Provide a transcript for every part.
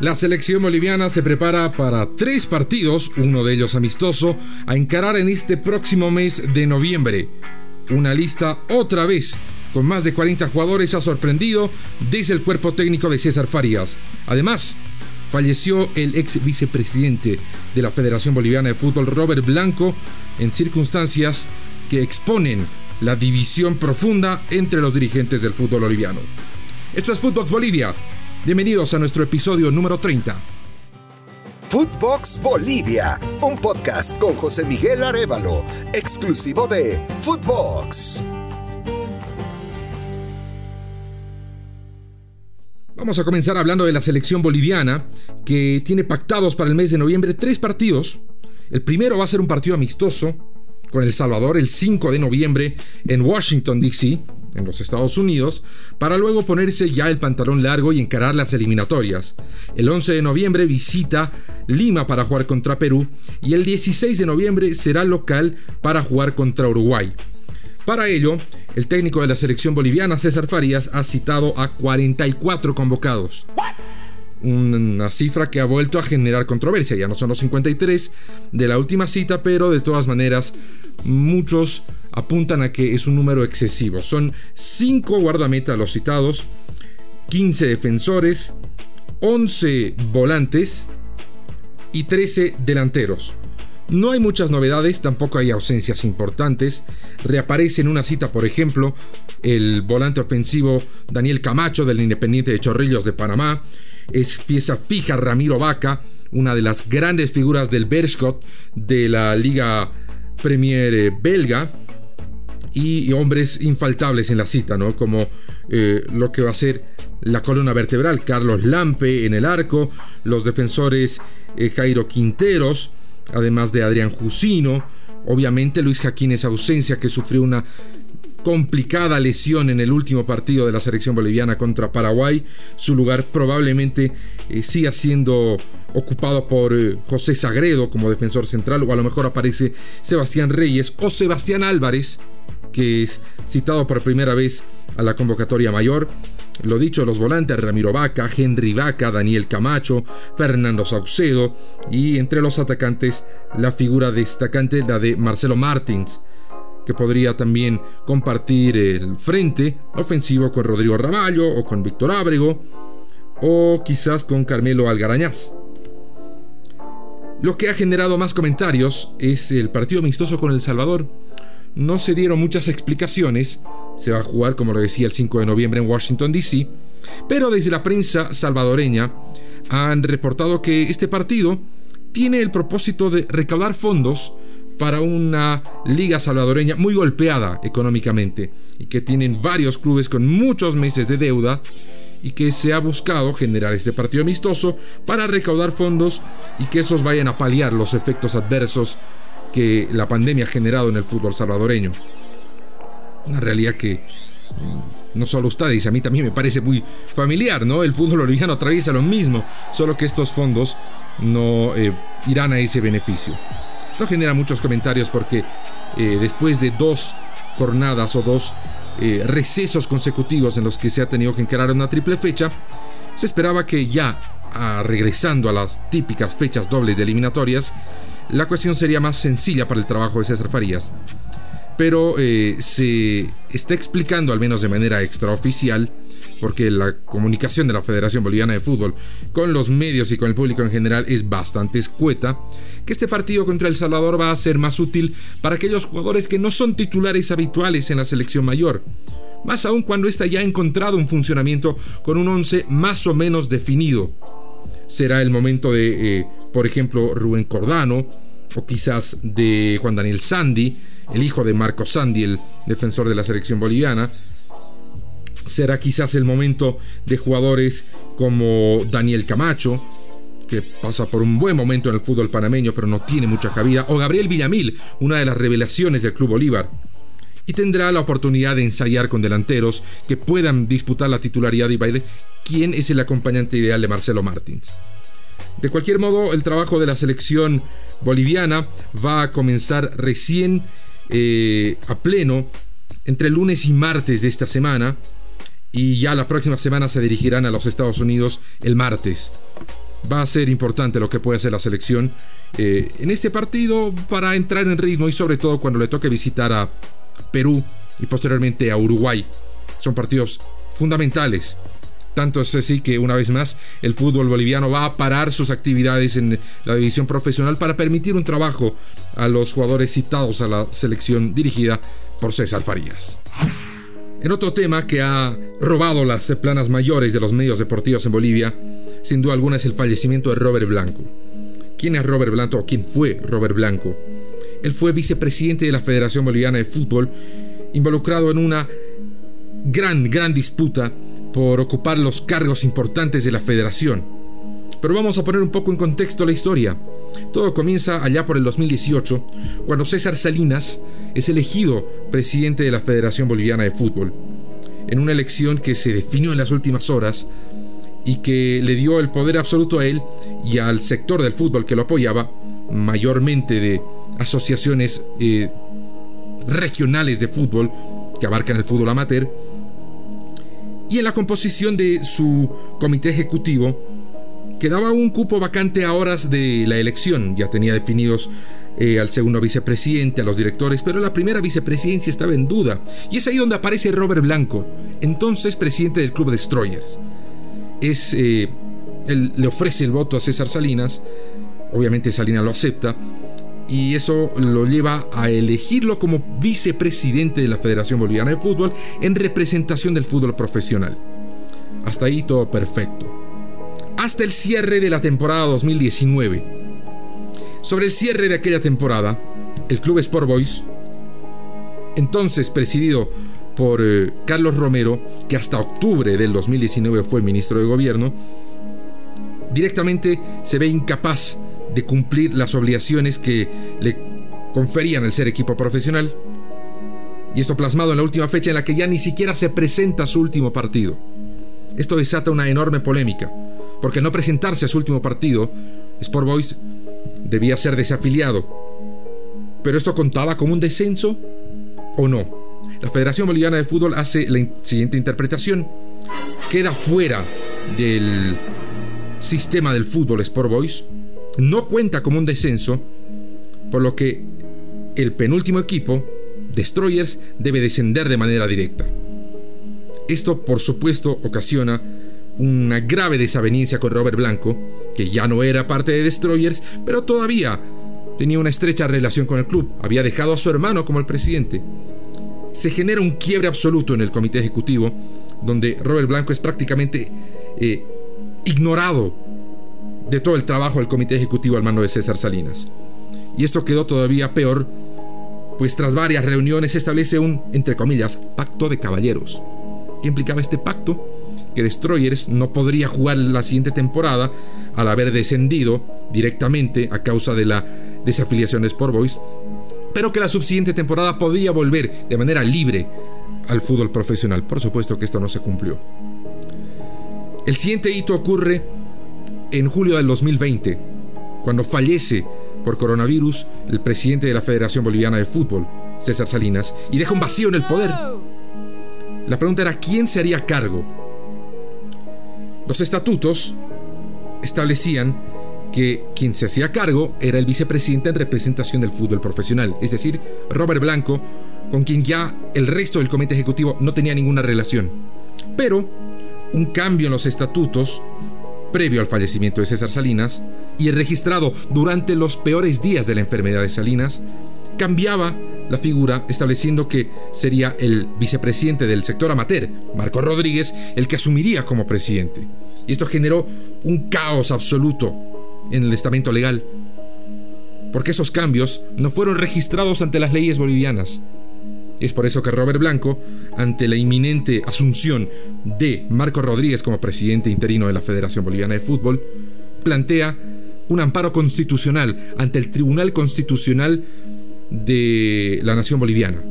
La selección boliviana se prepara para 3 partidos, uno de ellos amistoso, a encarar en este próximo mes de noviembre. Una lista otra vez con más de 40 jugadores ha sorprendido desde el cuerpo técnico de César Farías. Además, falleció el ex vicepresidente de la Federación Boliviana de Fútbol, Robert Blanco, en circunstancias que exponen la división profunda entre los dirigentes del fútbol boliviano. Esto es Footbox Bolivia. Bienvenidos a nuestro episodio número 30. Footbox Bolivia, un podcast con José Miguel Arévalo, exclusivo de Footbox. Vamos a comenzar hablando de la selección boliviana, que tiene pactados para el mes de noviembre 3 partidos. El primero va a ser un partido amistoso con El Salvador el 5 de noviembre en Washington, D.C., en los Estados Unidos, para luego ponerse ya el pantalón largo y encarar las eliminatorias. El 11 de noviembre visita Lima para jugar contra Perú y el 16 de noviembre será local para jugar contra Uruguay. Para ello, el técnico de la selección boliviana, César Farías, ha citado a 44 convocados. Una cifra que ha vuelto a generar controversia. Ya no son los 53 de la última cita, pero de todas maneras muchos apuntan a que es un número excesivo. Son 5 guardametas los citados, 15 defensores, 11 volantes y 13 delanteros. No hay muchas novedades, tampoco hay ausencias importantes. Reaparece en una cita, por ejemplo, el volante ofensivo Daniel Camacho del Independiente de Chorrillos de Panamá. Es pieza fija Ramiro Vaca, una de las grandes figuras del Beerschot de la Liga Premier belga, y hombres infaltables en la cita, ¿no? Como lo que va a ser la columna vertebral, Carlos Lampe en el arco, los defensores Jairo Quinteros, además de Adrián Jusino, obviamente Luis Jaquínez ausencia, que sufrió una complicada lesión en el último partido de la selección boliviana contra Paraguay. Su lugar probablemente siga siendo ocupado por José Sagredo como defensor central, o a lo mejor aparece Sebastián Reyes o Sebastián Álvarez, que es citado por primera vez a la convocatoria mayor. Lo dicho, los volantes Ramiro Vaca, Henry Vaca, Daniel Camacho, Fernando Saucedo, y entre los atacantes la figura destacante, la de Marcelo Martins, que podría también compartir el frente ofensivo con Rodrigo Ramallo o con Víctor Ábrego, o quizás con Carmelo Algarañaz. Lo que ha generado más comentarios es el partido amistoso con El Salvador. No se dieron muchas explicaciones. Se va a jugar, como lo decía, el 5 de noviembre en Washington, D.C., pero desde la prensa salvadoreña han reportado que este partido tiene el propósito de recaudar fondos para una liga salvadoreña muy golpeada económicamente y que tienen varios clubes con muchos meses de deuda, y que se ha buscado generar este partido amistoso para recaudar fondos y que esos vayan a paliar los efectos adversos que la pandemia ha generado en el fútbol salvadoreño. Una realidad que no solo ustedes, a mí también me parece muy familiar, ¿no? El fútbol boliviano atraviesa lo mismo, solo que estos fondos no irán a ese beneficio. Esto genera muchos comentarios porque después de 2 jornadas o 2 recesos consecutivos en los que se ha tenido que encarar una triple fecha, se esperaba que ya regresando a las típicas fechas dobles de eliminatorias, la cuestión sería más sencilla para el trabajo de César Farías. Pero se está explicando, al menos de manera extraoficial, porque la comunicación de la Federación Boliviana de Fútbol con los medios y con el público en general es bastante escueta, que este partido contra El Salvador va a ser más útil para aquellos jugadores que no son titulares habituales en la selección mayor, más aún cuando ésta ya ha encontrado un funcionamiento con un 11 más o menos definido. Será el momento de, por ejemplo, Rubén Cordano, o quizás de Juan Daniel Sandy, el hijo de Marco Sandy, el defensor de la selección boliviana. Será quizás el momento de jugadores como Daniel Camacho, que pasa por un buen momento en el fútbol panameño pero no tiene mucha cabida, o Gabriel Villamil, una de las revelaciones del Club Bolívar. Y tendrá la oportunidad de ensayar con delanteros que puedan disputar la titularidad y ver quién es el acompañante ideal de Marcelo Martins. De cualquier modo, el trabajo de la selección boliviana va a comenzar recién a pleno entre lunes y martes de esta semana, y ya la próxima semana se dirigirán a los Estados Unidos el martes. va a ser importante lo que puede hacer la selección en este partido para entrar en ritmo, y sobre todo cuando le toque visitar a Perú y posteriormente a Uruguay. Son partidos fundamentales. Tanto es así que, una vez más, el fútbol boliviano va a parar sus actividades en la división profesional para permitir un trabajo a los jugadores citados a la selección dirigida por César Farías. En otro tema que ha robado las planas mayores de los medios deportivos en Bolivia, sin duda alguna, es el fallecimiento de Robert Blanco. ¿Quién es Robert Blanco o quién fue Robert Blanco? Él fue vicepresidente de la Federación Boliviana de Fútbol, involucrado en una gran disputa por ocupar los cargos importantes de la federación. Pero vamos a poner un poco en contexto la historia. Todo comienza allá por el 2018, cuando César Salinas es elegido presidente de la Federación Boliviana de Fútbol, en una elección que se definió en las últimas horas y que le dio el poder absoluto a él y al sector del fútbol que lo apoyaba, mayormente de asociaciones regionales de fútbol que abarcan el fútbol amateur. Y en la composición de su comité ejecutivo quedaba un cupo vacante a horas de la elección. Ya tenía definidos al segundo vicepresidente, a los directores, pero la primera vicepresidencia estaba en duda. Y es ahí donde aparece Robert Blanco, entonces presidente del Club Destroyers. Él le ofrece el voto a César Salinas. Obviamente Salinas lo acepta, y eso lo lleva a elegirlo como vicepresidente de la Federación Boliviana de Fútbol en representación del fútbol profesional. Hasta ahí todo perfecto. Hasta el cierre de la temporada 2019. Sobre el cierre de aquella temporada, el Club Sport Boys, entonces presidido por Carlos Romero, que hasta octubre del 2019 fue ministro de Gobierno, directamente se ve incapaz de cumplir las obligaciones que le conferían el ser equipo profesional. Y esto plasmado en la última fecha, en la que ya ni siquiera se presenta su último partido. Esto desata una enorme polémica, porque al no presentarse a su último partido, Sport Boys debía ser desafiliado. ¿Pero esto contaba como un descenso o no? La Federación Boliviana de Fútbol hace la siguiente interpretación: queda fuera del sistema del fútbol Sport Boys, no cuenta como un descenso, por lo que el penúltimo equipo, Destroyers, debe descender de manera directa. Esto, por supuesto, ocasiona una grave desavenencia con Robert Blanco, que ya no era parte de Destroyers, pero todavía tenía una estrecha relación con el club. Había dejado a su hermano como el presidente. Se genera un quiebre absoluto en el comité ejecutivo, donde Robert Blanco es prácticamente ignorado de todo el trabajo del comité ejecutivo al mando de César Salinas. Y esto quedó todavía peor, pues tras varias reuniones se establece un, entre comillas, pacto de caballeros. ¿Qué implicaba este pacto? Que Destroyers no podría jugar la siguiente temporada al haber descendido directamente a causa de la desafiliación de Sport Boys, pero que la subsiguiente temporada podía volver de manera libre al fútbol profesional. Por supuesto que esto no se cumplió. El siguiente hito ocurre en julio del 2020, cuando fallece por coronavirus el presidente de la Federación Boliviana de Fútbol, César Salinas, y deja un vacío en el poder. La pregunta era: ¿quién se haría cargo? Los estatutos establecían que quien se hacía cargo era el vicepresidente en representación del fútbol profesional, es decir, Robert Blanco, con quien ya el resto del comité ejecutivo no tenía ninguna relación. Pero un cambio en los estatutos, previo al fallecimiento de César Salinas y registrado durante los peores días de la enfermedad de Salinas, cambiaba la figura, estableciendo que sería el vicepresidente del sector amateur, Marco Rodríguez, el que asumiría como presidente. Y esto generó un caos absoluto en el estamento legal, porque esos cambios no fueron registrados ante las leyes bolivianas. Es por eso que Robert Blanco, ante la inminente asunción de Marco Rodríguez como presidente interino de la Federación Boliviana de Fútbol, plantea un amparo constitucional ante el Tribunal Constitucional de la Nación Boliviana.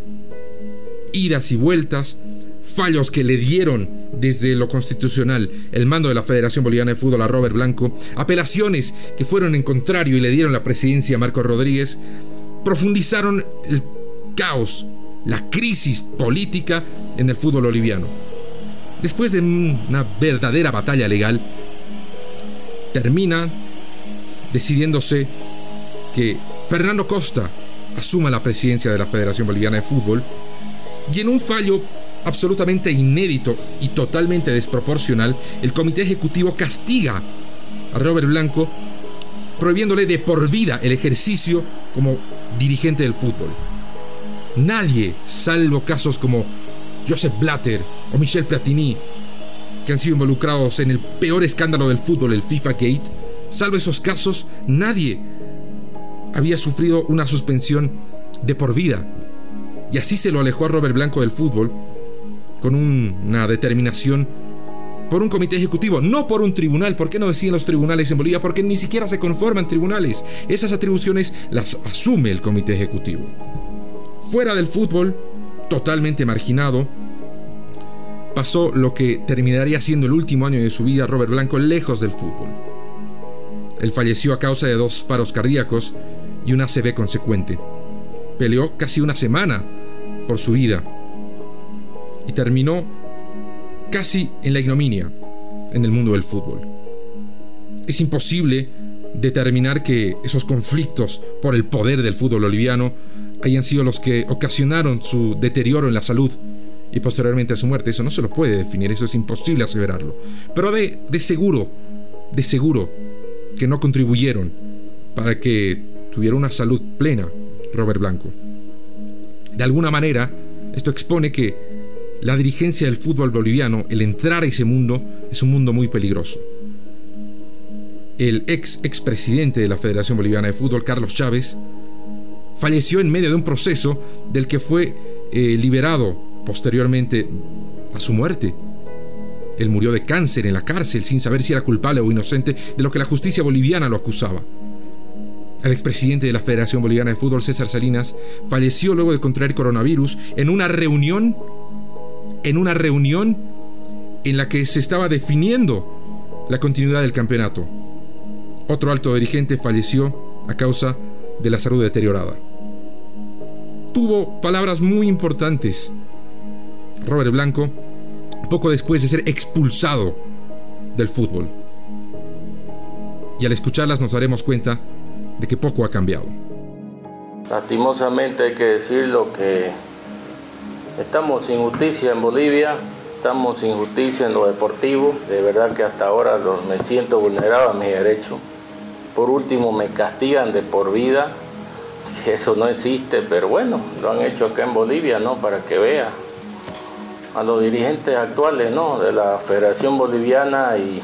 Idas y vueltas, fallos que le dieron desde lo constitucional el mando de la Federación Boliviana de Fútbol a Robert Blanco, apelaciones que fueron en contrario y le dieron la presidencia a Marco Rodríguez, profundizaron el caos, la crisis política en el fútbol boliviano. Después de una verdadera batalla legal, termina decidiéndose que Fernando Costa asuma la presidencia de la Federación Boliviana de Fútbol, y en un fallo absolutamente inédito y totalmente desproporcional, el comité ejecutivo castiga a Robert Blanco, prohibiéndole de por vida el ejercicio como dirigente del fútbol. Nadie, salvo casos como Joseph Blatter o Michel Platini, que han sido involucrados en el peor escándalo del fútbol, el FIFA Gate, salvo esos casos, nadie había sufrido una suspensión de por vida. Y así se lo alejó a Robert Blanco del fútbol con una determinación por un comité ejecutivo, no por un tribunal. ¿Por qué no deciden los tribunales en Bolivia? Porque ni siquiera se conforman tribunales. Esas atribuciones las asume el comité ejecutivo. Fuera del fútbol, totalmente marginado, pasó lo que terminaría siendo el último año de su vida. Robert Blanco lejos del fútbol. Él falleció a causa de 2 paros cardíacos y una ACV consecuente. Peleó casi una semana por su vida y terminó casi en la ignominia en el mundo del fútbol. Es imposible determinar que esos conflictos por el poder del fútbol boliviano hayan sido los que ocasionaron su deterioro en la salud y posteriormente a su muerte. Eso no se lo puede definir, eso es imposible aseverarlo. Pero de seguro que no contribuyeron para que tuviera una salud plena Robert Blanco. De alguna manera, esto expone que la dirigencia del fútbol boliviano, el entrar a ese mundo, es un mundo muy peligroso. El expresidente de la Federación Boliviana de Fútbol, Carlos Chávez, falleció en medio de un proceso del que fue liberado posteriormente a su muerte. Él murió de cáncer en la cárcel sin saber si era culpable o inocente de lo que la justicia boliviana lo acusaba. El expresidente de la Federación Boliviana de Fútbol, César Salinas, falleció luego de contraer coronavirus en una reunión en la que se estaba definiendo la continuidad del campeonato. Otro alto dirigente falleció a causa de la salud deteriorada. Tuvo palabras muy importantes Robert Blanco poco después de ser expulsado del fútbol. Y al escucharlas nos daremos cuenta de que poco ha cambiado. Lastimosamente hay que decirlo que estamos sin justicia en Bolivia, estamos sin justicia en lo deportivo. De verdad que hasta ahora me siento vulnerado a mis derechos. Por último, me castigan de por vida, que eso no existe, pero bueno, lo han hecho acá en Bolivia, ¿no? Para que vea. A los dirigentes actuales, ¿no? De la Federación Boliviana y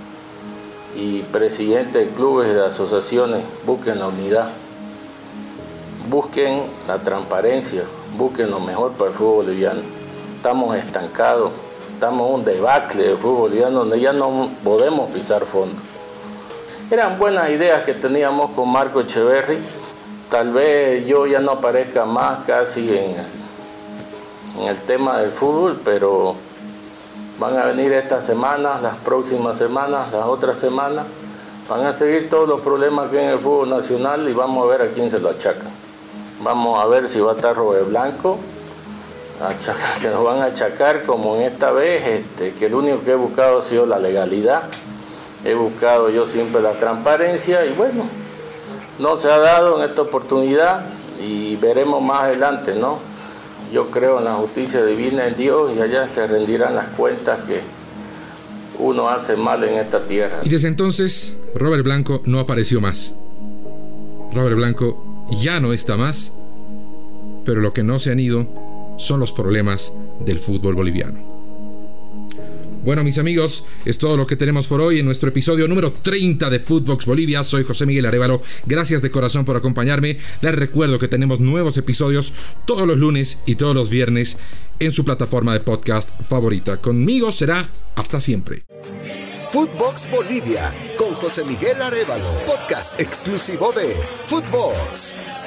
presidentes de clubes y de asociaciones, busquen la unidad, busquen la transparencia, busquen lo mejor para el fútbol boliviano. Estamos estancados, estamos en un debacle del fútbol boliviano donde ya no podemos pisar fondo. Eran buenas ideas que teníamos con Marco Echeverri. Tal vez yo ya no aparezca más casi en el tema del fútbol, pero van a venir estas semanas, las próximas semanas, las otras semanas, van a seguir todos los problemas que hay en el fútbol nacional y vamos a ver a quién se lo achacan. Vamos a ver si va a estar Robert Blanco, se nos van a achacar como en esta vez, que lo único que he buscado ha sido la legalidad, he buscado yo siempre la transparencia y bueno, no se ha dado en esta oportunidad y veremos más adelante, ¿no? Yo creo en la justicia divina, en Dios, y allá se rendirán las cuentas que uno hace mal en esta tierra. Y desde entonces, Robert Blanco no apareció más. Robert Blanco ya no está más, pero lo que no se han ido son los problemas del fútbol boliviano. Bueno, mis amigos, es todo lo que tenemos por hoy en nuestro episodio número 30 de Footbox Bolivia. Soy José Miguel Arévalo. Gracias de corazón por acompañarme. Les recuerdo que tenemos nuevos episodios todos los lunes y todos los viernes en su plataforma de podcast favorita. Conmigo será hasta siempre. Footbox Bolivia con José Miguel Arévalo. Podcast exclusivo de Footbox.